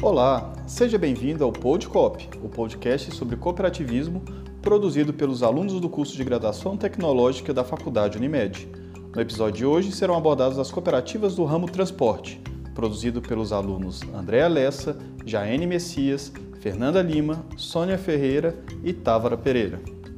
Olá, seja bem-vindo ao PodCoop, o podcast sobre cooperativismo produzido pelos alunos do curso de graduação tecnológica da Faculdade Unimed. No episódio de hoje serão abordadas as cooperativas do ramo transporte, produzido pelos alunos Andréa Lessa, Jaene Messias, Fernanda Lima, Sônia Ferreira e Távora Pereira.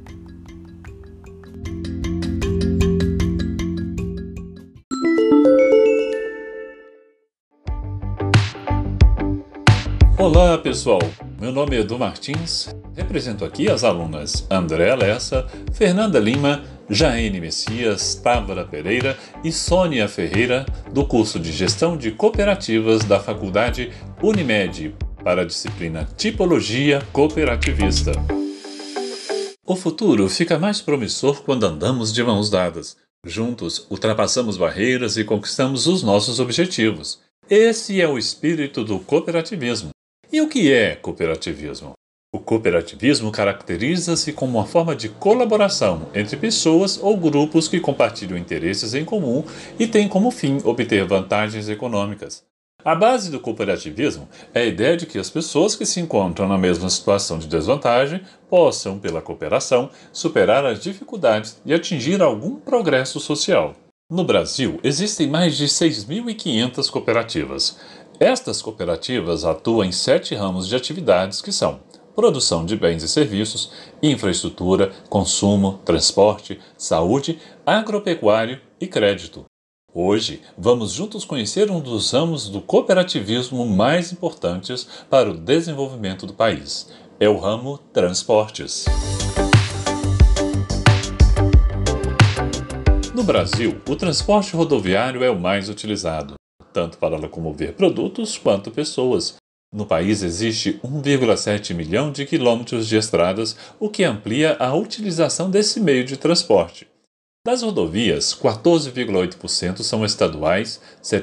Olá pessoal, meu nome é Edu Martins, represento aqui as alunas Andréa Lessa, Fernanda Lima, Jaene Messias, Távora Pereira e Sônia Ferreira do curso de Gestão de Cooperativas da Faculdade Unimed para a disciplina Tipologia Cooperativista. O futuro fica mais promissor quando andamos de mãos dadas. Juntos, ultrapassamos barreiras e conquistamos os nossos objetivos. Esse é o espírito do cooperativismo. E o que é cooperativismo? O cooperativismo caracteriza-se como uma forma de colaboração entre pessoas ou grupos que compartilham interesses em comum e têm como fim obter vantagens econômicas. A base do cooperativismo é a ideia de que as pessoas que se encontram na mesma situação de desvantagem possam, pela cooperação, superar as dificuldades e atingir algum progresso social. No Brasil, existem mais de 6.500 cooperativas. Estas cooperativas atuam em 7 ramos de atividades que são produção de bens e serviços, infraestrutura, consumo, transporte, saúde, agropecuário e crédito. Hoje, vamos juntos conhecer um dos ramos do cooperativismo mais importantes para o desenvolvimento do país. É o ramo transportes. No Brasil, o transporte rodoviário é o mais utilizado, tanto para locomover produtos quanto pessoas. No país existe 1,7 milhão de quilômetros de estradas, o que amplia a utilização desse meio de transporte. Das rodovias, 14,8% são estaduais,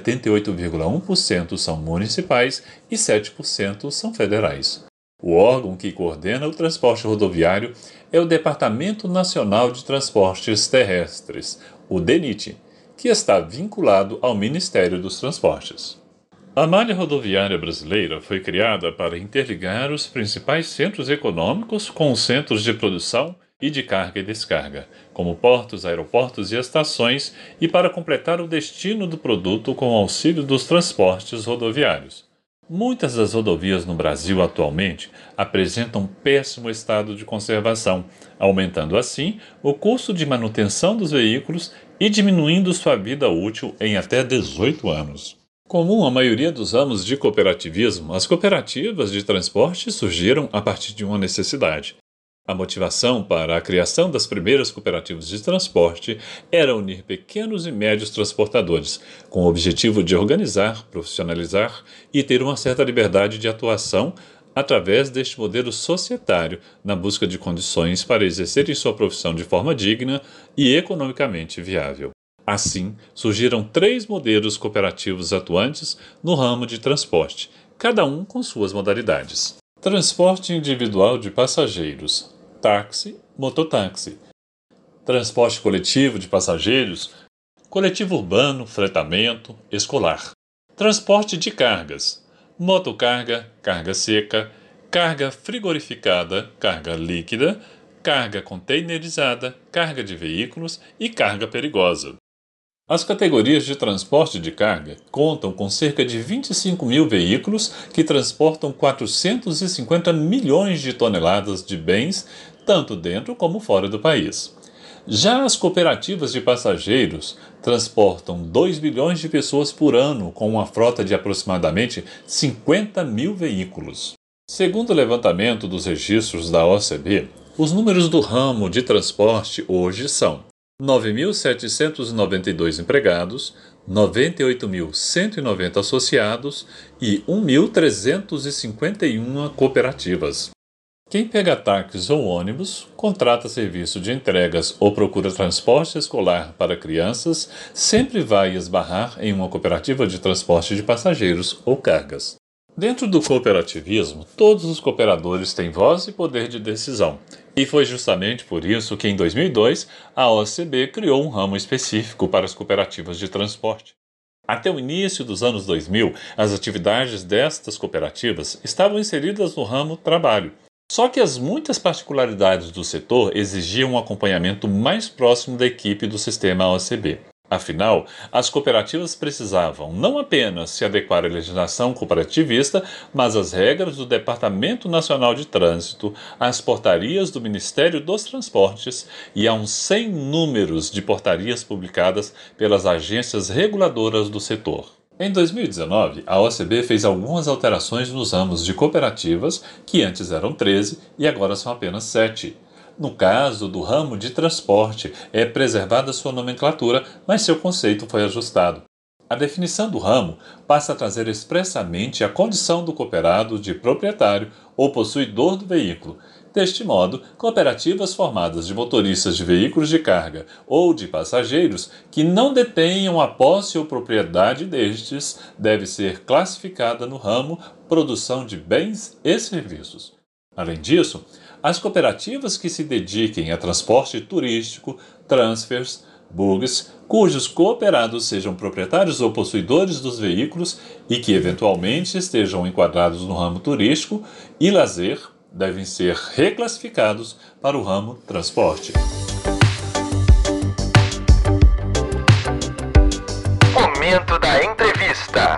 78,1% são municipais e 7% são federais. O órgão que coordena o transporte rodoviário é o Departamento Nacional de Transportes Terrestres, o DENIT, que está vinculado ao Ministério dos Transportes. A malha rodoviária brasileira foi criada para interligar os principais centros econômicos com os centros de produção e de carga e descarga, como portos, aeroportos e estações, e para completar o destino do produto com o auxílio dos transportes rodoviários. Muitas das rodovias no Brasil atualmente apresentam péssimo estado de conservação, aumentando assim o custo de manutenção dos veículos e diminuindo sua vida útil em até 18 anos. Comum à maioria dos ramos de cooperativismo, as cooperativas de transporte surgiram a partir de uma necessidade. A motivação para a criação das primeiras cooperativas de transporte era unir pequenos e médios transportadores, com o objetivo de organizar, profissionalizar e ter uma certa liberdade de atuação através deste modelo societário na busca de condições para exercerem sua profissão de forma digna e economicamente viável. Assim, surgiram 3 modelos cooperativos atuantes no ramo de transporte, cada um com suas modalidades. Transporte individual de passageiros, táxi, mototáxi. Transporte coletivo de passageiros, coletivo urbano, fretamento, escolar. Transporte de cargas, motocarga, carga seca, carga frigorificada, carga líquida, carga containerizada, carga de veículos e carga perigosa. As categorias de transporte de carga contam com cerca de 25 mil veículos que transportam 450 milhões de toneladas de bens, tanto dentro como fora do país. Já as cooperativas de passageiros transportam 2 bilhões de pessoas por ano, com uma frota de aproximadamente 50 mil veículos. Segundo o levantamento dos registros da OCB, os números do ramo de transporte hoje são 9.792 empregados, 98.190 associados e 1.351 cooperativas. Quem pega táxis ou ônibus, contrata serviço de entregas ou procura transporte escolar para crianças, sempre vai esbarrar em uma cooperativa de transporte de passageiros ou cargas. Dentro do cooperativismo, todos os cooperadores têm voz e poder de decisão. E foi justamente por isso que, em 2002, a OCB criou um ramo específico para as cooperativas de transporte. Até o início dos anos 2000, as atividades destas cooperativas estavam inseridas no ramo trabalho. Só que as muitas particularidades do setor exigiam um acompanhamento mais próximo da equipe do sistema OCB. Afinal, as cooperativas precisavam não apenas se adequar à legislação cooperativista, mas às regras do Departamento Nacional de Trânsito, às portarias do Ministério dos Transportes e a uns 100 números de portarias publicadas pelas agências reguladoras do setor. Em 2019, a OCB fez algumas alterações nos ramos de cooperativas, que antes eram 13 e agora são apenas 7. No caso do ramo de transporte, é preservada sua nomenclatura, mas seu conceito foi ajustado. A definição do ramo passa a trazer expressamente a condição do cooperado de proprietário ou possuidor do veículo. Deste modo, cooperativas formadas de motoristas de veículos de carga ou de passageiros que não detenham a posse ou propriedade destes deve ser classificada no ramo produção de bens e serviços. Além disso, as cooperativas que se dediquem a transporte turístico, transfers, bugs, cujos cooperados sejam proprietários ou possuidores dos veículos e que eventualmente estejam enquadrados no ramo turístico e lazer, devem ser reclassificados para o ramo transporte. Momento da entrevista.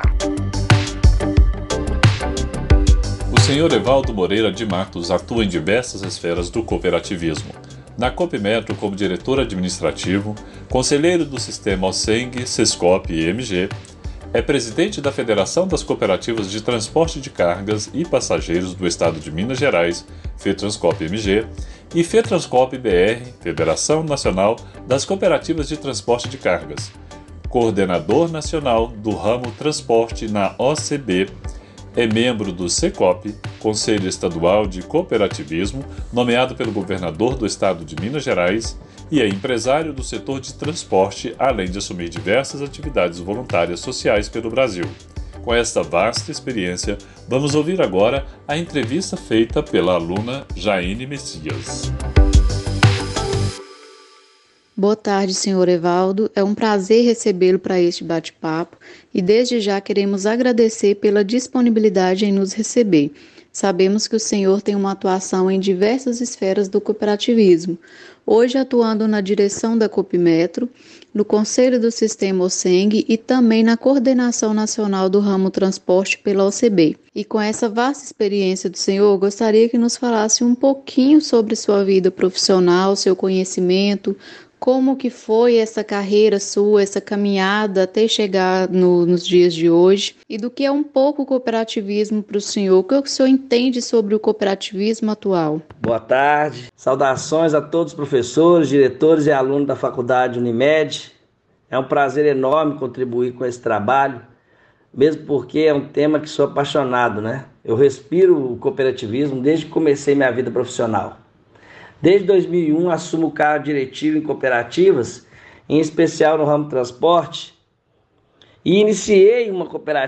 O senhor Evaldo Moreira de Matos atua em diversas esferas do cooperativismo. Na Copimetro como diretor administrativo, conselheiro do sistema OCENG, SESCOP e MG, é presidente da Federação das Cooperativas de Transporte de Cargas e Passageiros do Estado de Minas Gerais, FETranscop-MG, e FETranscop-BR, Federação Nacional das Cooperativas de Transporte de Cargas, coordenador nacional do ramo transporte na OCB, é membro do SECOP, Conselho Estadual de Cooperativismo, nomeado pelo governador do estado de Minas Gerais, e é empresário do setor de transporte, além de assumir diversas atividades voluntárias sociais pelo Brasil. Com esta vasta experiência, vamos ouvir agora a entrevista feita pela aluna Jaine Messias. Boa tarde, senhor Evaldo. É um prazer recebê-lo para este bate-papo e desde já queremos agradecer pela disponibilidade em nos receber. Sabemos que o senhor tem uma atuação em diversas esferas do cooperativismo, hoje atuando na direção da Copimetro, no Conselho do Sistema OCENG e também na Coordenação Nacional do Ramo Transporte pela OCB. E com essa vasta experiência do senhor, gostaria que nos falasse um pouquinho sobre sua vida profissional, seu conhecimento, como que foi essa carreira sua, essa caminhada até chegar nos dias de hoje e do que é um pouco o cooperativismo para o senhor, o que o senhor entende sobre o cooperativismo atual? Boa tarde, saudações a todos os professores, diretores e alunos da Faculdade Unimed. É um prazer enorme contribuir com esse trabalho, mesmo porque é um tema que sou apaixonado, né? Eu respiro o cooperativismo desde que comecei minha vida profissional. Desde 2001 assumo o cargo diretivo em cooperativas, em especial no ramo transporte, e iniciei em uma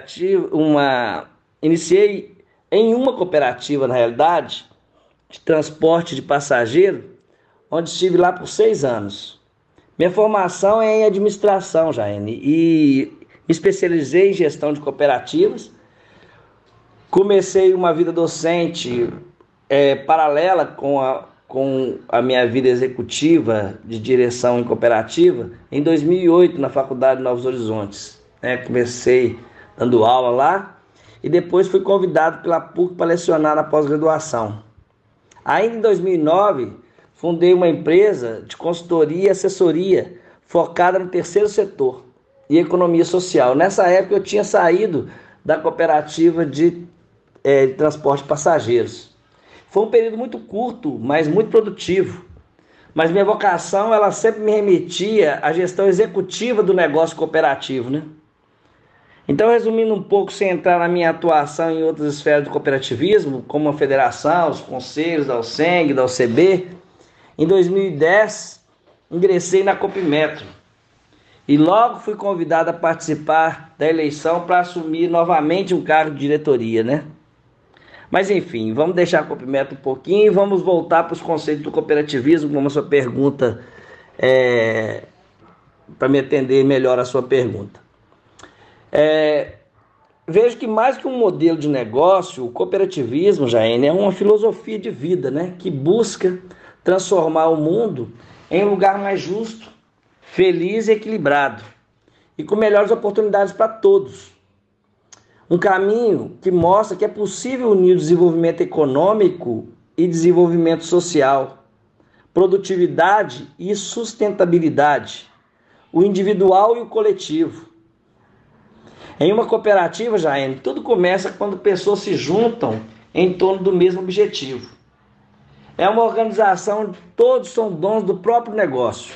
cooperativa, na realidade, de transporte de passageiro, onde estive lá por 6 anos. Minha formação é em administração, Jaine, e me especializei em gestão de cooperativas. Comecei uma vida docente paralela com a minha vida executiva de direção em cooperativa em 2008 na Faculdade de Novos Horizontes. Comecei dando aula lá e depois fui convidado pela PUC para lecionar na pós-graduação. Ainda em 2009, fundei uma empresa de consultoria e assessoria focada no terceiro setor e economia social. Nessa época eu tinha saído da cooperativa de transporte de passageiros. Foi um período muito curto, mas muito produtivo. Mas minha vocação, ela sempre me remetia à gestão executiva do negócio cooperativo, né? Então, resumindo um pouco, sem entrar na minha atuação em outras esferas do cooperativismo, como a federação, os conselhos da OCENG, da OCB, em 2010, ingressei na Copimetro. E logo fui convidado a participar da eleição para assumir novamente um cargo de diretoria, né? Mas enfim, vamos deixar a Copimetro um pouquinho e vamos voltar para os conceitos do cooperativismo, como a sua pergunta, para me atender melhor a sua pergunta. Vejo que mais que um modelo de negócio, o cooperativismo, Jaene, é uma filosofia de vida, né? Que busca transformar o mundo em um lugar mais justo, feliz e equilibrado, e com melhores oportunidades para todos. Um caminho que mostra que é possível unir o desenvolvimento econômico e desenvolvimento social, produtividade e sustentabilidade, o individual e o coletivo. Em uma cooperativa, Jaene, tudo começa quando pessoas se juntam em torno do mesmo objetivo. É uma organização onde todos são donos do próprio negócio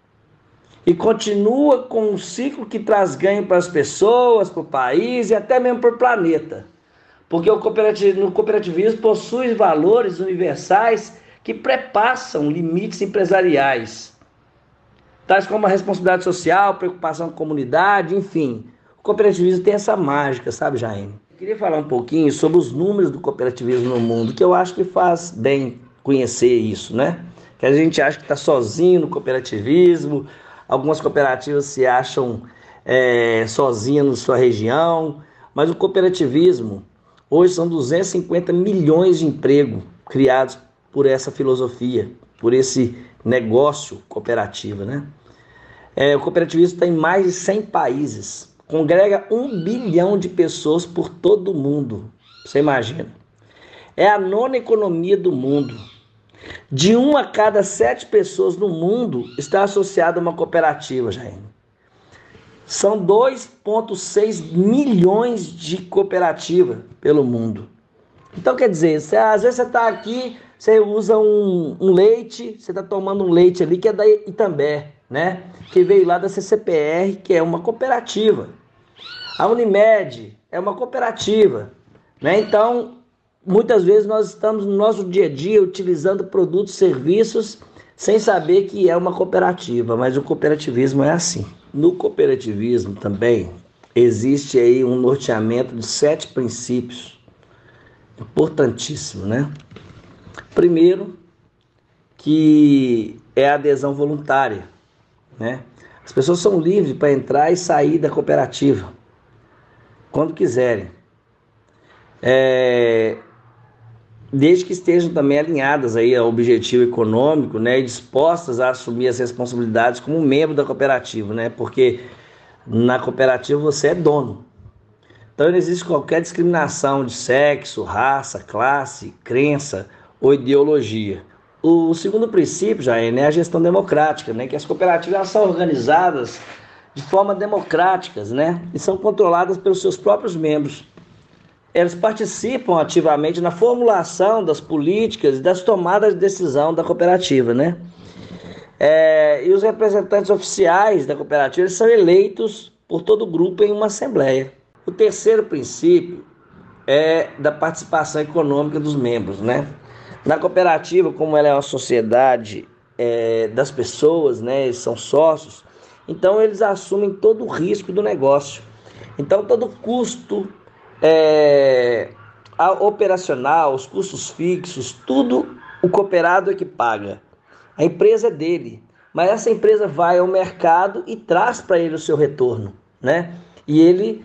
e continua com um ciclo que traz ganho para as pessoas, para o país e até mesmo para o planeta. Porque no cooperativismo possui valores universais que prepassam limites empresariais, tais como a responsabilidade social, preocupação com a comunidade, enfim. O cooperativismo tem essa mágica, sabe, Jaime? Eu queria falar um pouquinho sobre os números do cooperativismo no mundo, que eu acho que faz bem conhecer isso, né? Que a gente acha que está sozinho no cooperativismo, algumas cooperativas se acham sozinhas na sua região, mas o cooperativismo, hoje são 250 milhões de empregos criados por essa filosofia, por esse negócio cooperativo, né? O cooperativismo está em mais de 100 países, congrega 1 bilhão de pessoas por todo o mundo, você imagina. É a 9ª economia do mundo. De 1 a cada 7 pessoas no mundo está associada a uma cooperativa, Jaime. São 2,6 milhões de cooperativas pelo mundo. Então, quer dizer, às vezes você está aqui, você usa um leite, você está tomando um leite ali que é da Itambé, né? Que veio lá da CCPR, que é uma cooperativa. A Unimed é uma cooperativa, né? Então, muitas vezes nós estamos no nosso dia a dia utilizando produtos e serviços sem saber que é uma cooperativa, mas o cooperativismo é assim. No cooperativismo também existe aí um norteamento de 7 princípios, importantíssimo, né? Primeiro, que é a adesão voluntária, né? As pessoas são livres para entrar e sair da cooperativa quando quiserem, desde que estejam também alinhadas aí ao objetivo econômico, né, e dispostas a assumir as responsabilidades como membro da cooperativa, né? Porque na cooperativa você é dono. Então não existe qualquer discriminação de sexo, raça, classe, crença ou ideologia. O segundo princípio já é a gestão democrática, né? Que as cooperativas elas são organizadas de forma democráticas, né? E são controladas pelos seus próprios membros. Eles participam ativamente na formulação das políticas e das tomadas de decisão da cooperativa, né? E os representantes oficiais da cooperativa eles são eleitos por todo o grupo em uma assembleia. O terceiro princípio é da participação econômica dos membros, né? Na cooperativa, como ela é uma sociedade das pessoas, né? Eles são sócios, então eles assumem todo o risco do negócio. Então todo o custo operacional, os custos fixos, tudo o cooperado é que paga. A empresa é dele, mas essa empresa vai ao mercado e traz para ele o seu retorno, né? E ele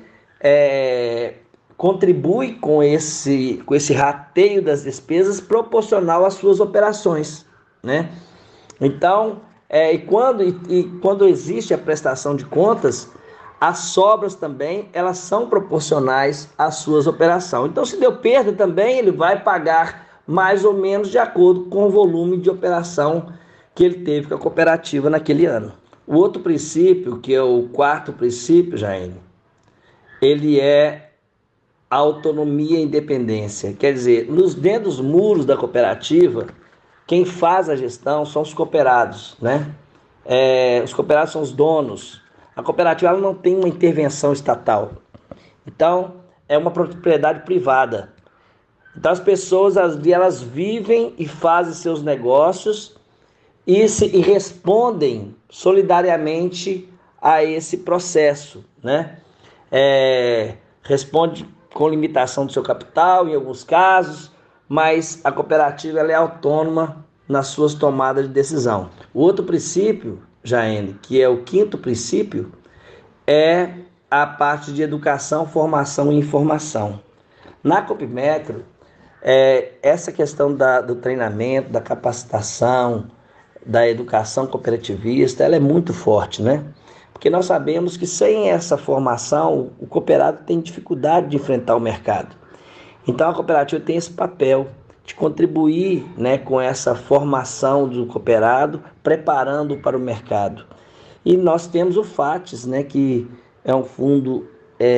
contribui com esse rateio das despesas proporcional às suas operações, né? Então, quando existe a prestação de contas, as sobras também, elas são proporcionais às suas operações. Então, se deu perda também, ele vai pagar mais ou menos de acordo com o volume de operação que ele teve com a cooperativa naquele ano. O outro princípio, que é o quarto princípio, Jaime, ele é a autonomia e independência. Quer dizer, dentro dos muros da cooperativa, quem faz a gestão são os cooperados, né? Os cooperados são os donos. A cooperativa ela não tem uma intervenção estatal. Então, é uma propriedade privada. Então, as pessoas elas vivem e fazem seus negócios e respondem solidariamente a esse processo, né? Responde com limitação do seu capital, em alguns casos, mas a cooperativa ela é autônoma nas suas tomadas de decisão. O outro princípio, Jaene, que é o quinto princípio, é a parte de educação, formação e informação. Na Copmetro, essa questão do treinamento, da capacitação, da educação cooperativista, ela é muito forte, né? Porque nós sabemos que sem essa formação, o cooperado tem dificuldade de enfrentar o mercado. Então a cooperativa tem esse papel de contribuir, né, com essa formação do cooperado, preparando-o para o mercado. E nós temos o FATES, né, que é um fundo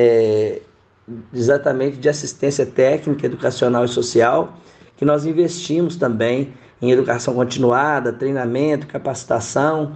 exatamente de assistência técnica, educacional e social, que nós investimos também em educação continuada, treinamento, capacitação,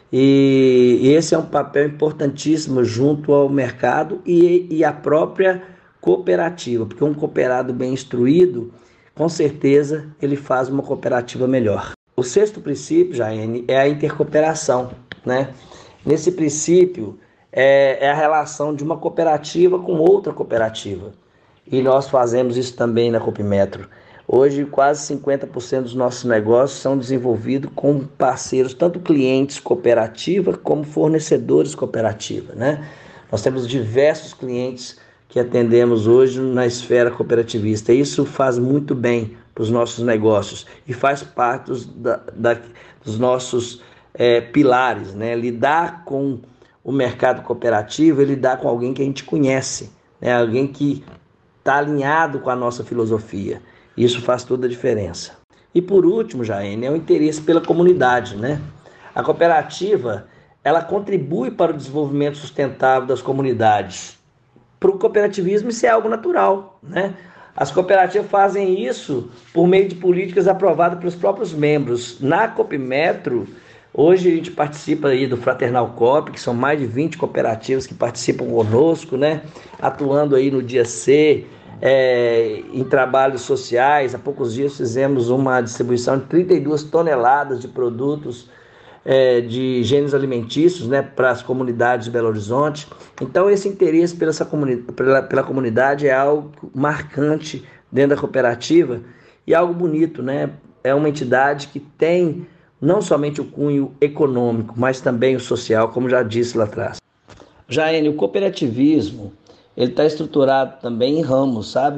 e esse é um papel importantíssimo junto ao mercado e à própria cooperativa, porque um cooperado bem instruído, com certeza, ele faz uma cooperativa melhor. O sexto princípio, Jaiane, é a intercooperação, né? Nesse princípio, é a relação de uma cooperativa com outra cooperativa. E nós fazemos isso também na Copmetro. Hoje, quase 50% dos nossos negócios são desenvolvidos com parceiros, tanto clientes cooperativa como fornecedores cooperativa, né? Nós temos diversos clientes que atendemos hoje na esfera cooperativista. Isso faz muito bem para os nossos negócios e faz parte dos nossos pilares, né? Lidar com o mercado cooperativo é lidar com alguém que a gente conhece, né? Alguém que está alinhado com a nossa filosofia. Isso faz toda a diferença. E por último, Jaiane, é o interesse pela comunidade, né? A cooperativa, ela contribui para o desenvolvimento sustentável das comunidades. Para o cooperativismo isso é algo natural, né? As cooperativas fazem isso por meio de políticas aprovadas pelos próprios membros. Na Copmetro, hoje a gente participa aí do Fraternal Coop, que são mais de 20 cooperativas que participam conosco, né? Atuando aí no dia C, em trabalhos sociais. Há poucos dias fizemos uma distribuição de 32 toneladas de produtos de gêneros alimentícios, né, para as comunidades de Belo Horizonte. Então esse interesse pela comunidade é algo marcante dentro da cooperativa e algo bonito, né? É uma entidade que tem não somente o cunho econômico, mas também o social, como já disse lá atrás. Jaiane, o cooperativismo ele está estruturado também em ramos, sabe?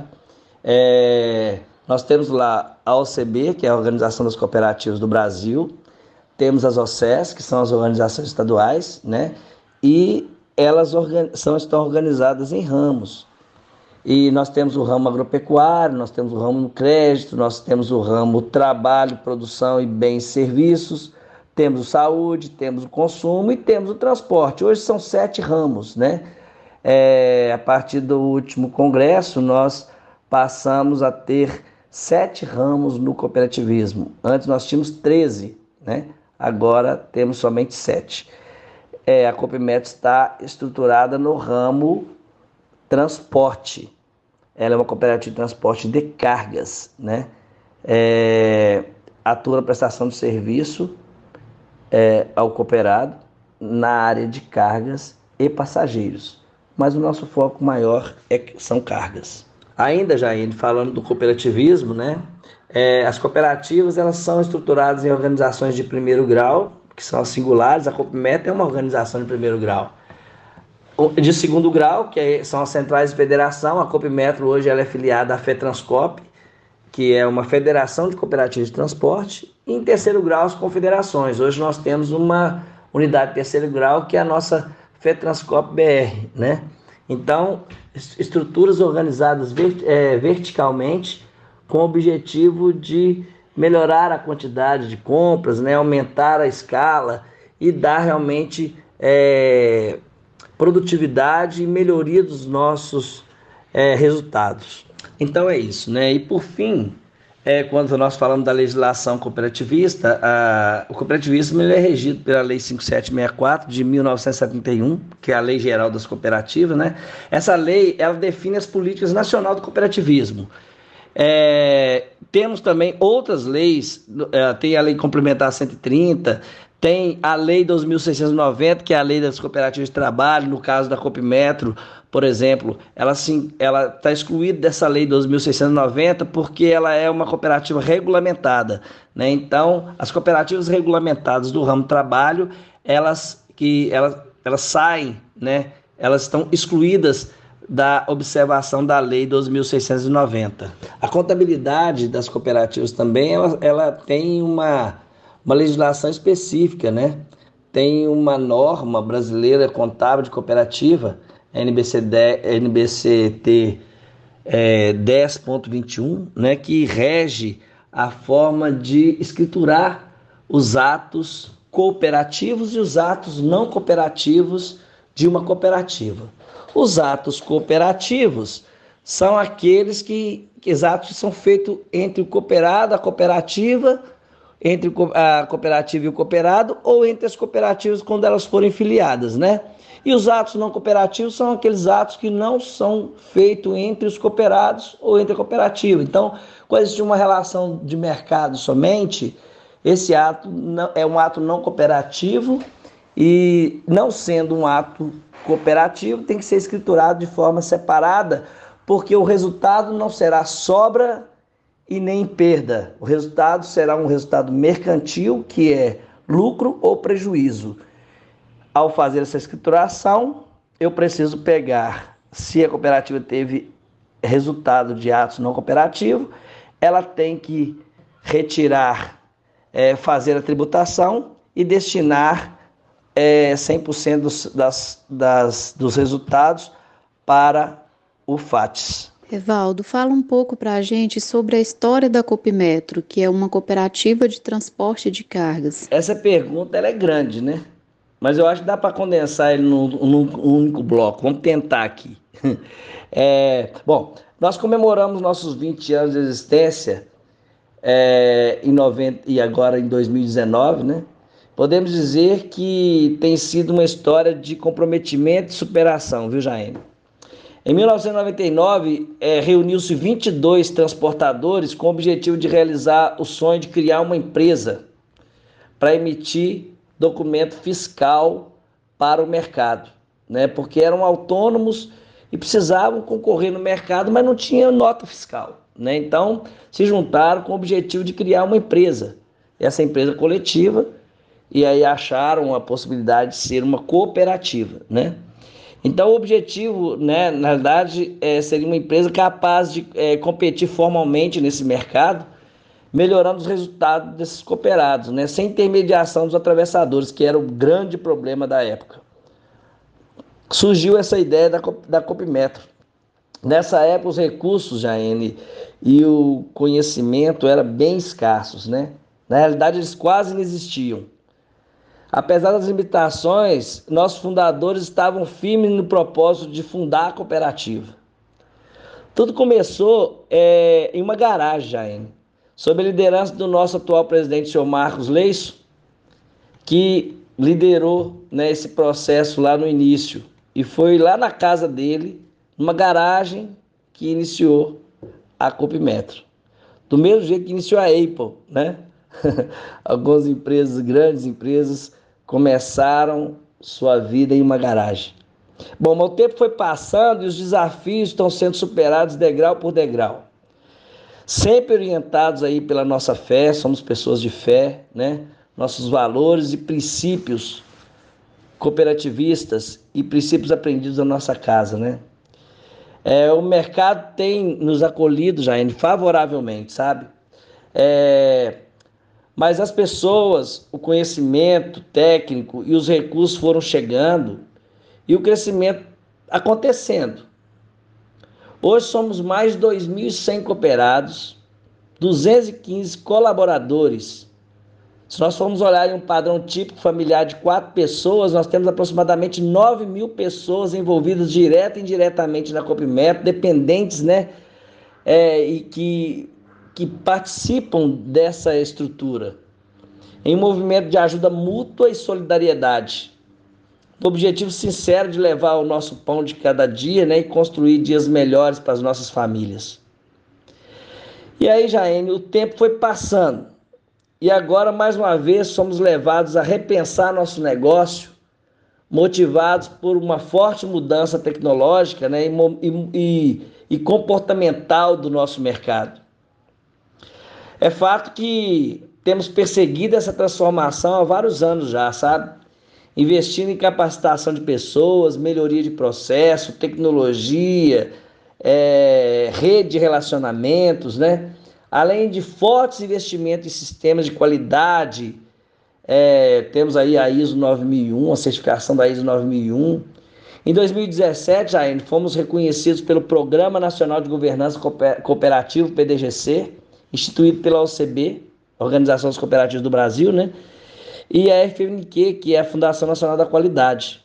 Nós temos lá a OCB, que é a Organização das Cooperativas do Brasil, temos as OCES, que são as organizações estaduais, né? E elas estão organizadas em ramos. E nós temos o ramo agropecuário, nós temos o ramo no crédito, nós temos o ramo trabalho, produção e bens e serviços, temos o saúde, temos o consumo e temos o transporte. Hoje são 7 ramos, né? A partir do último congresso, nós passamos a ter 7 ramos no cooperativismo. Antes nós tínhamos 13, né? Agora temos somente 7. A Copmetro está estruturada no ramo transporte. Ela é uma cooperativa de transporte de cargas, né? Atua na prestação de serviço ao cooperado na área de cargas e passageiros. Mas o nosso foco maior são cargas. Ainda, Jaine, falando do cooperativismo, né? As cooperativas elas são estruturadas em organizações de primeiro grau, que são as singulares. A Copmetro é uma organização de primeiro grau. De segundo grau, são as centrais de federação. A Copmetro hoje ela é filiada à FETransCoop, que é uma federação de cooperativas de transporte. E em terceiro grau, as confederações. Hoje nós temos uma unidade de terceiro grau, que é a nossa FETransCoop BR, né? Então, estruturas organizadas verticalmente, com o objetivo de melhorar a quantidade de compras, né, aumentar a escala e dar realmente produtividade e melhoria dos nossos resultados. Então é isso, né? E por fim, quando nós falamos da legislação cooperativista, o cooperativismo ele é regido pela Lei 5764 de 1971, que é a Lei Geral das Cooperativas, né? Essa lei ela define as políticas nacionais do cooperativismo. Temos também outras leis, tem a Lei Complementar 130, tem a Lei 2.690, que é a Lei das Cooperativas de Trabalho. No caso da Copmetro, por exemplo, ela está excluída dessa Lei 2.690 porque ela é uma cooperativa regulamentada, né? Então, as cooperativas regulamentadas do ramo trabalho, elas saem, né, elas estão excluídas da observação da Lei 12.690. A contabilidade das cooperativas também, ela tem uma legislação específica, né? Tem uma norma brasileira contábil de cooperativa, NBCT 10.21, né, que rege a forma de escriturar os atos cooperativos e os atos não cooperativos de uma cooperativa. Os atos cooperativos são aqueles que são feitos entre o cooperado, a cooperativa, entre a cooperativa e o cooperado, ou entre as cooperativas quando elas forem filiadas, né? E os atos não cooperativos são aqueles atos que não são feitos entre os cooperados ou entre a cooperativa. Então, quando existe uma relação de mercado somente, esse ato é um ato não cooperativo e, não sendo um ato cooperativo, tem que ser escriturado de forma separada, porque o resultado não será sobra e nem perda. O resultado será um resultado mercantil, que é lucro ou prejuízo. Ao fazer essa escrituração, eu preciso pegar, se a cooperativa teve resultado de atos não cooperativos, ela tem que retirar, fazer a tributação e destinar 100% dos resultados para o FATS. Evaldo, fala um pouco para a gente sobre a história da Copimetro, que é uma cooperativa de transporte de cargas. Essa pergunta ela é grande, né? Mas eu acho que dá para condensar ele num único bloco. Vamos tentar aqui. Bom, nós comemoramos nossos 20 anos de existência em 90 e agora em 2019, né? Podemos dizer que tem sido uma história de comprometimento e superação, viu, Jaime? Em 1999, reuniu-se 22 transportadores com o objetivo de realizar o sonho de criar uma empresa para emitir documento fiscal para o mercado, né? Porque eram autônomos e precisavam concorrer no mercado, mas não tinha nota fiscal, né? Então, se juntaram com o objetivo de criar uma empresa, essa empresa coletiva, e aí acharam a possibilidade de ser uma cooperativa, né? Então, o objetivo, né, na verdade, seria uma empresa capaz de competir formalmente nesse mercado, melhorando os resultados desses cooperados, né, sem intermediação dos atravessadores, que era o grande problema da época. Surgiu essa ideia da Copimetro. Nessa época, os recursos, Jaene, e o conhecimento eram bem escassos, né? Na realidade, eles quase não existiam. Apesar das limitações, nossos fundadores estavam firmes no propósito de fundar a cooperativa. Tudo começou em uma garagem, Jaime, sob a liderança do nosso atual presidente, senhor Marcos Leiço, que liderou, né, esse processo lá no início. E foi lá na casa dele, numa garagem, que iniciou a Copimetro. Do mesmo jeito que iniciou a Apple, né? Algumas empresas, grandes empresas, começaram sua vida em uma garagem. Bom, mas o tempo foi passando e os desafios estão sendo superados degrau por degrau. Sempre orientados aí pela nossa fé, somos pessoas de fé, né? Nossos valores e princípios cooperativistas e princípios aprendidos na nossa casa, né? O mercado tem nos acolhido, Jaine, favoravelmente, sabe? Mas as pessoas, o conhecimento técnico e os recursos foram chegando e o crescimento acontecendo. Hoje somos mais de 2.100 cooperados, 215 colaboradores. Se nós formos olhar em um padrão típico familiar de 4 pessoas, nós temos aproximadamente 9.000 pessoas envolvidas direta e indiretamente na Copimetro, dependentes, né? E que participam dessa estrutura, em um movimento de ajuda mútua e solidariedade. O objetivo sincero de levar o nosso pão de cada dia, né, e construir dias melhores para as nossas famílias. E aí, Jaine, o tempo foi passando. E agora, mais uma vez, somos levados a repensar nosso negócio, motivados por uma forte mudança tecnológica, né, e comportamental do nosso mercado. É fato que temos perseguido essa transformação há vários anos já, sabe? investindo em capacitação de pessoas, melhoria de processo, tecnologia, rede de relacionamentos, né? Além de fortes investimentos em sistemas de qualidade, temos aí a ISO 9001, a certificação da ISO 9001. Em 2017, Jair, fomos reconhecidos pelo Programa Nacional de Governança Cooperativa, PDGC, instituído pela OCB, Organização dos Cooperativos do Brasil, né? E a FMQ, que é a Fundação Nacional da Qualidade.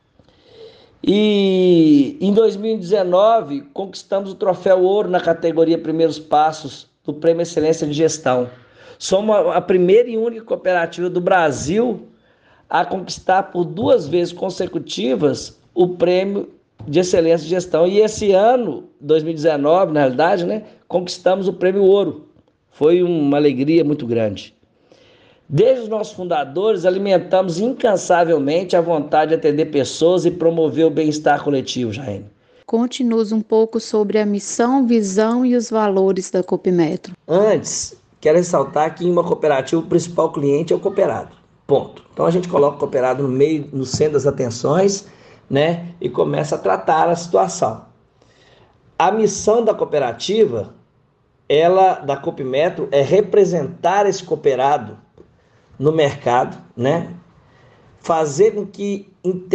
E em 2019, conquistamos o troféu ouro na categoria Primeiros Passos do Prêmio Excelência de Gestão. Somos a primeira e única cooperativa do Brasil a conquistar por 2 vezes consecutivas o Prêmio de Excelência de Gestão. E esse ano, 2019, na realidade, né, conquistamos o Prêmio Ouro. Foi uma alegria muito grande. Desde os nossos fundadores, alimentamos incansavelmente a vontade de atender pessoas e promover o bem-estar coletivo, Jaime. Conte-nos um pouco sobre a missão, visão e os valores da Copimetro. Antes, quero ressaltar que em uma cooperativa o principal cliente é o cooperado. Ponto. Então a gente coloca o cooperado no centro das atenções, né, e começa a tratar a situação. A missão da cooperativa, da Copimetro, é representar esse cooperado no mercado, né? Fazer com que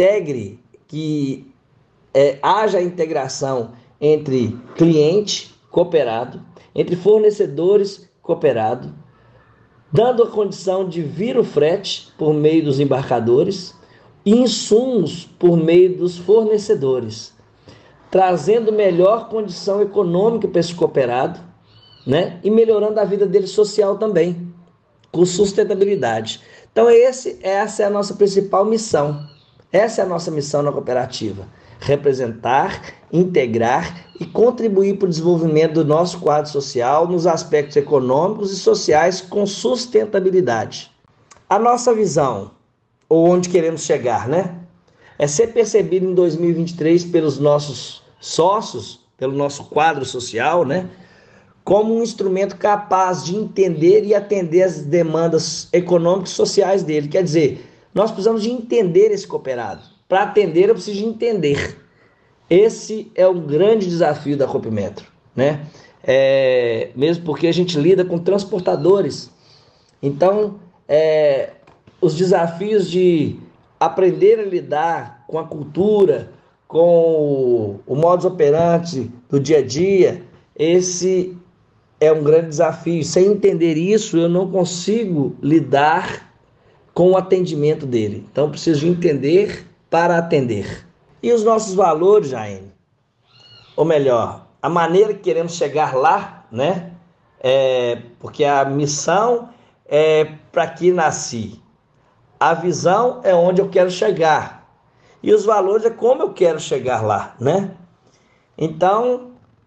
haja integração entre cliente, cooperado, entre fornecedores, cooperado, dando a condição de vir o frete por meio dos embarcadores e insumos por meio dos fornecedores, trazendo melhor condição econômica para esse cooperado, né? E melhorando a vida dele social também, com sustentabilidade. Então essa é a nossa principal missão. Essa é a nossa missão na cooperativa. Representar, integrar e contribuir para o desenvolvimento do nosso quadro social nos aspectos econômicos e sociais com sustentabilidade. A nossa visão, ou onde queremos chegar, né? É ser percebido em 2023 pelos nossos sócios, pelo nosso quadro social, né? Como um instrumento capaz de entender e atender as demandas econômicas e sociais dele. Quer dizer, nós precisamos de entender esse cooperado. Para atender, eu preciso de entender. Esse é um grande desafio da Copimetro, né? Mesmo porque a gente lida com transportadores. Então, os desafios de aprender a lidar com a cultura, com o modus operandi do dia a dia, esse é um grande desafio. Sem entender isso, eu não consigo lidar com o atendimento dele. Então, eu preciso de entender para atender. E os nossos valores, Jaime? Ou melhor, a maneira que queremos chegar lá, né? Porque a missão é para que nasci. A visão é onde eu quero chegar. E os valores é como eu quero chegar lá, né? Então,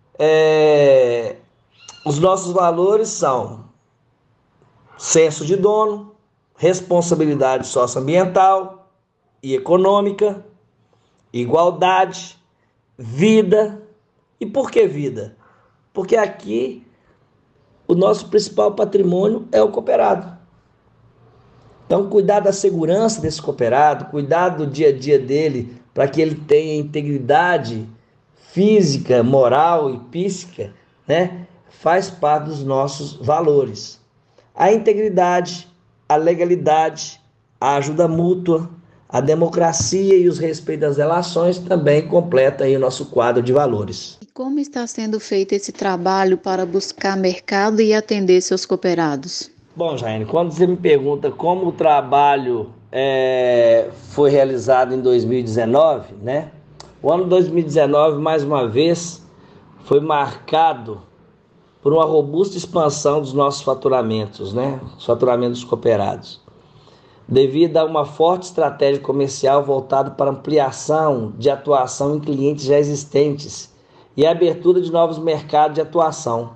os nossos valores são senso de dono, responsabilidade socioambiental e econômica, igualdade, vida. E por que vida? Porque aqui o nosso principal patrimônio é o cooperado. Então, cuidar da segurança desse cooperado, cuidar do dia a dia dele, para que ele tenha integridade física, moral e psíquica, né? Faz parte dos nossos valores. A integridade, a legalidade, a ajuda mútua, a democracia e os respeitos das relações também completa aí o nosso quadro de valores. E como está sendo feito esse trabalho para buscar mercado e atender seus cooperados? Bom, Jaine, quando você me pergunta como o trabalho foi realizado em 2019, né? O ano 2019, mais uma vez, foi marcado por uma robusta expansão dos nossos faturamentos, né? Os faturamentos dos cooperados, devido a uma forte estratégia comercial voltada para ampliação de atuação em clientes já existentes e a abertura de novos mercados de atuação.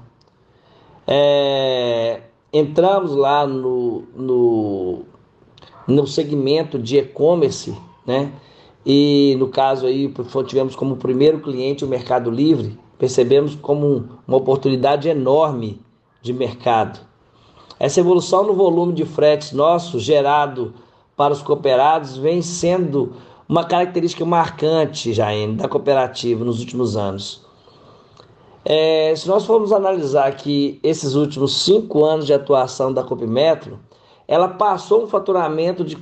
Entramos lá no segmento de e-commerce, né? E no caso aí, tivemos como primeiro cliente o Mercado Livre, percebemos como uma oportunidade enorme de mercado. Essa evolução no volume de fretes nosso, gerado para os cooperados vem sendo uma característica marcante, Jaine, da cooperativa nos últimos anos. Se nós formos analisar aqui esses últimos 5 anos de atuação da Copmetro, ela passou um faturamento de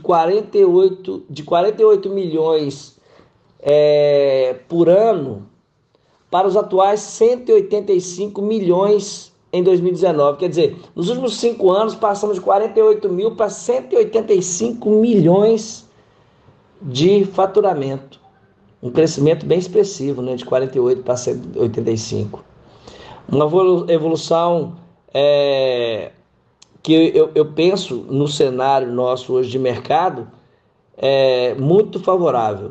48 milhões por ano para os atuais 185 milhões em 2019. Quer dizer, nos últimos 5 anos passamos de 48 mil para 185 milhões de faturamento. Um crescimento bem expressivo, né, de 48 para 185. Uma evolução que eu penso no cenário nosso hoje de mercado muito favorável.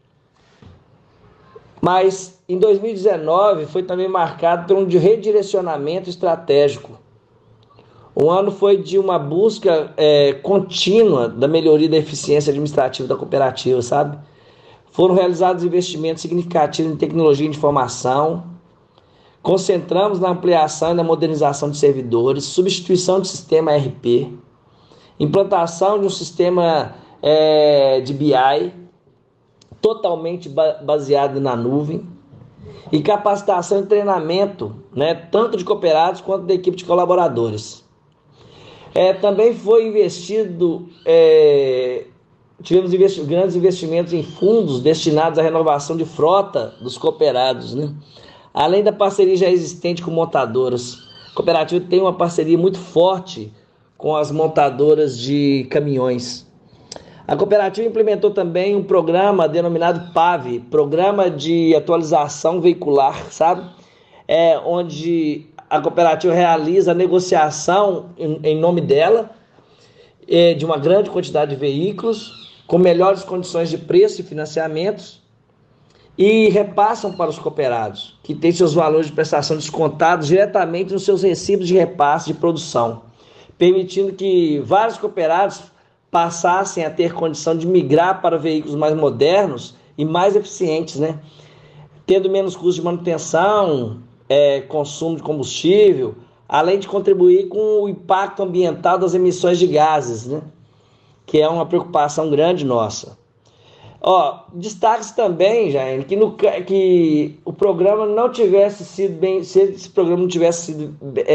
Mas em 2019 foi também marcado por um redirecionamento estratégico. O ano foi de uma busca contínua da melhoria da eficiência administrativa da cooperativa, sabe? Foram realizados investimentos significativos em tecnologia de informação, concentramos na ampliação e na modernização de servidores, substituição do sistema ERP, implantação de um sistema de BI totalmente baseado na nuvem e capacitação e treinamento, né, tanto de cooperados quanto da equipe de colaboradores. Também foi investido, tivemos grandes investimentos em fundos destinados à renovação de frota dos cooperados, né? Além da parceria já existente com montadoras. A cooperativa tem uma parceria muito forte com as montadoras de caminhões. A cooperativa implementou também um programa denominado PAV, Programa de Atualização Veicular, sabe? Onde a cooperativa realiza a negociação em nome dela de uma grande quantidade de veículos, com melhores condições de preço e financiamentos, e repassam para os cooperados, que têm seus valores de prestação descontados diretamente nos seus recibos de repasse de produção, permitindo que vários cooperados passassem a ter condição de migrar para veículos mais modernos e mais eficientes, né? Tendo menos custo de manutenção, consumo de combustível, além de contribuir com o impacto ambiental das emissões de gases, né? Que é uma preocupação grande nossa. Destaque-se também, Jair, que o programa não tivesse sido bem, se esse programa não tivesse sido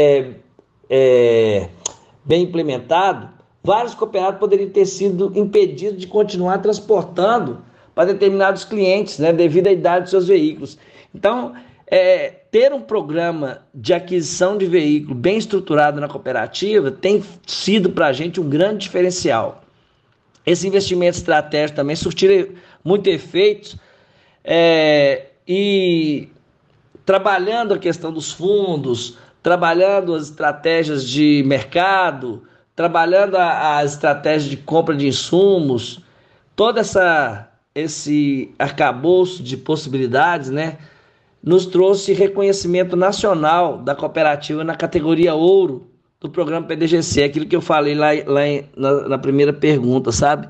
bem implementado, vários cooperados poderiam ter sido impedidos de continuar transportando para determinados clientes, né, devido à idade dos seus veículos. Então, ter um programa de aquisição de veículo bem estruturado na cooperativa tem sido para a gente um grande diferencial. Esse investimento estratégico também surtiu muito efeito e trabalhando a questão dos fundos, trabalhando as estratégias de mercado, trabalhando as estratégias de compra de insumos, todo esse arcabouço de possibilidades, né, nos trouxe reconhecimento nacional da cooperativa na categoria ouro do programa PDGC, aquilo que eu falei lá na primeira pergunta, sabe?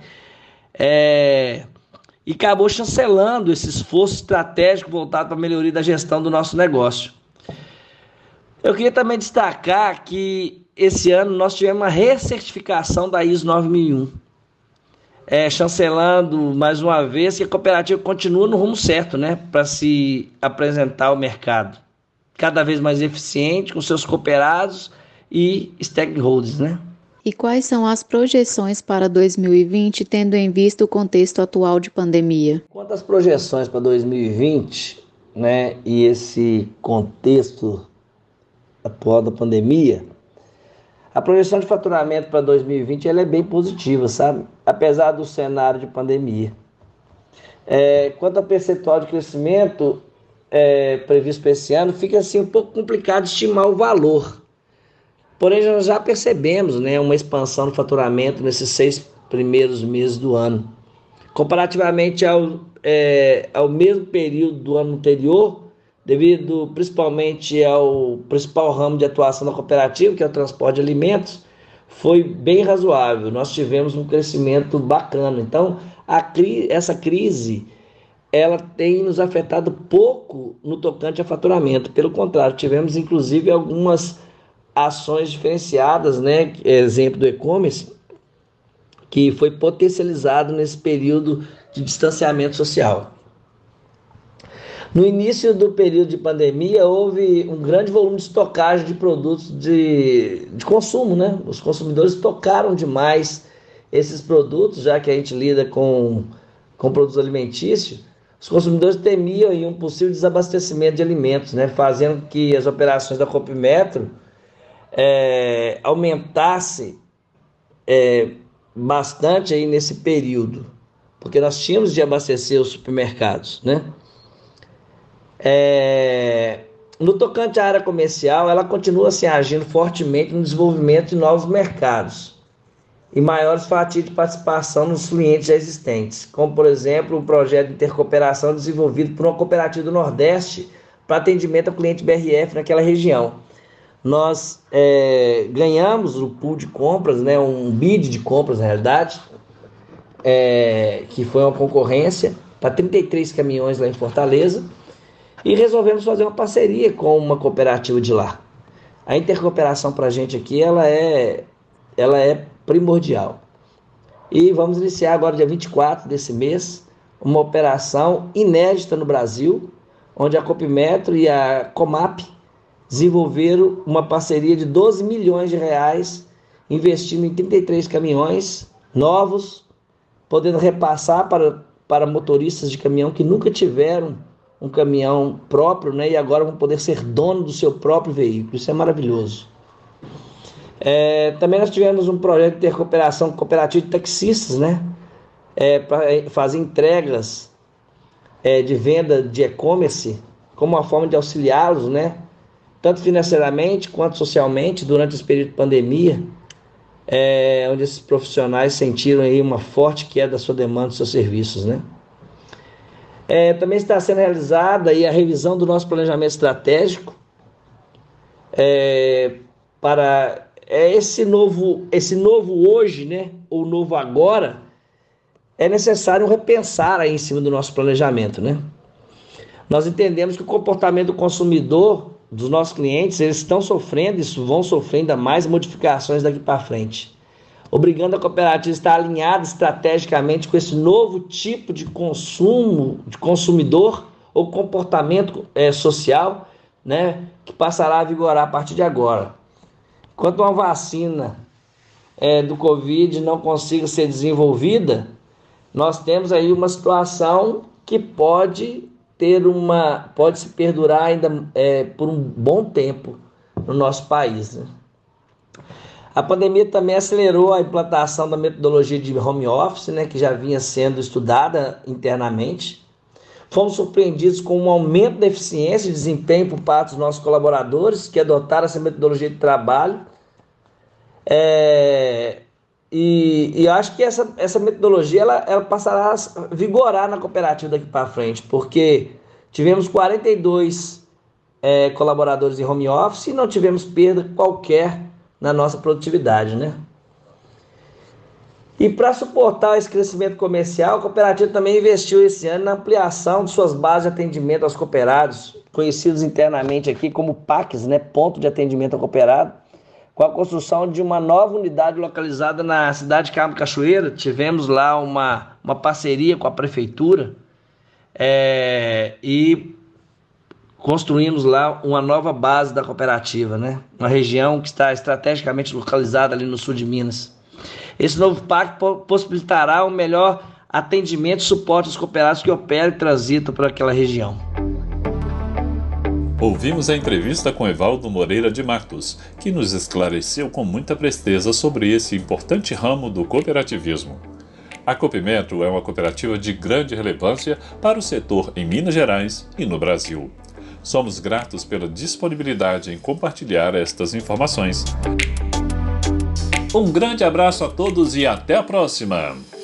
E acabou chancelando esse esforço estratégico voltado para a melhoria da gestão do nosso negócio. Eu queria também destacar que esse ano nós tivemos uma recertificação da ISO 9001, chancelando mais uma vez que a cooperativa continua no rumo certo, né, para se apresentar ao mercado cada vez mais eficiente com seus cooperados e stakeholders, né? E quais são as projeções para 2020, tendo em vista o contexto atual de pandemia? Quanto às projeções para 2020, né, e esse contexto atual da pandemia, a projeção de faturamento para 2020 ela é bem positiva, sabe? Apesar do cenário de pandemia. Quanto ao percentual de crescimento previsto para esse ano, fica assim um pouco complicado estimar o valor. Porém, nós já percebemos, né, uma expansão do faturamento nesses 6 primeiros meses do ano. Comparativamente ao mesmo período do ano anterior, devido principalmente ao principal ramo de atuação da cooperativa, que é o transporte de alimentos, foi bem razoável. Nós tivemos um crescimento bacana. Então, essa crise ela tem nos afetado pouco no tocante a faturamento. Pelo contrário, tivemos inclusive algumas ações diferenciadas, né? Exemplo do e-commerce, que foi potencializado nesse período de distanciamento social. No início do período de pandemia, houve um grande volume de estocagem de produtos de consumo, né? Os consumidores estocaram demais esses produtos, já que a gente lida com produtos alimentícios. Os consumidores temiam aí um possível desabastecimento de alimentos, né? Fazendo que as operações da Copmetro aumentasse bastante aí nesse período, porque nós tínhamos de abastecer os supermercados, né? No tocante à área comercial, ela continua assim, agindo fortemente no desenvolvimento de novos mercados e maiores fatias de participação nos clientes já existentes, como, por exemplo, o projeto de intercooperação desenvolvido por uma cooperativa do Nordeste para atendimento ao cliente BRF naquela região. Nós ganhamos o pool de compras, né, um bid de compras, na realidade, que foi uma concorrência para 33 caminhões lá em Fortaleza, e resolvemos fazer uma parceria com uma cooperativa de lá. A intercooperação para a gente aqui, ela é primordial. E vamos iniciar agora, dia 24 desse mês, uma operação inédita no Brasil, onde a Copmetro e a Comap desenvolveram uma parceria de 12 milhões de reais, investindo em 33 caminhões novos, podendo repassar para motoristas de caminhão que nunca tiveram um caminhão próprio, né, e agora vão poder ser dono do seu próprio veículo. Isso é maravilhoso. Também nós tivemos um projeto de intercooperação cooperativa de taxistas, né, para fazer entregas de venda de e-commerce como uma forma de auxiliá-los, né, tanto financeiramente quanto socialmente durante esse período de pandemia, onde esses profissionais sentiram aí uma forte queda da sua demanda dos seus serviços, né. Também está sendo realizada aí a revisão do nosso planejamento estratégico para esse novo hoje, né, ou novo agora. É necessário repensar aí em cima do nosso planejamento, né? Nós entendemos que o comportamento do consumidor, dos nossos clientes, eles estão sofrendo, isso vão sofrer ainda mais modificações daqui para frente, obrigando a cooperativa a estar alinhada estrategicamente com esse novo tipo de consumo, de consumidor ou comportamento social, né, que passará a vigorar a partir de agora. Enquanto uma vacina do Covid não consiga ser desenvolvida, nós temos aí uma situação que pode se perdurar ainda por um bom tempo no nosso país, né? A pandemia também acelerou a implantação da metodologia de home office, né, que já vinha sendo estudada internamente. Fomos surpreendidos com um aumento da eficiência e desempenho por parte dos nossos colaboradores que adotaram essa metodologia de trabalho. E eu acho que essa metodologia ela passará a vigorar na cooperativa daqui para frente, porque tivemos 42 colaboradores em home office e não tivemos perda qualquer na nossa produtividade, né? E para suportar esse crescimento comercial, a cooperativa também investiu esse ano na ampliação de suas bases de atendimento aos cooperados, conhecidos internamente aqui como PACs, né? Ponto de Atendimento ao Cooperado, com a construção de uma nova unidade localizada na cidade de Cabo Cachoeira. Tivemos lá uma parceria com a prefeitura e construímos lá uma nova base da cooperativa, né? Uma região que está estrategicamente localizada ali no sul de Minas. Esse novo PAC possibilitará um melhor atendimento e suporte aos cooperados que operam e transitam por aquela região. Ouvimos a entrevista com Evaldo Moreira de Matos, que nos esclareceu com muita presteza sobre esse importante ramo do cooperativismo. A Copmetro é uma cooperativa de grande relevância para o setor em Minas Gerais e no Brasil. Somos gratos pela disponibilidade em compartilhar estas informações. Um grande abraço a todos e até a próxima!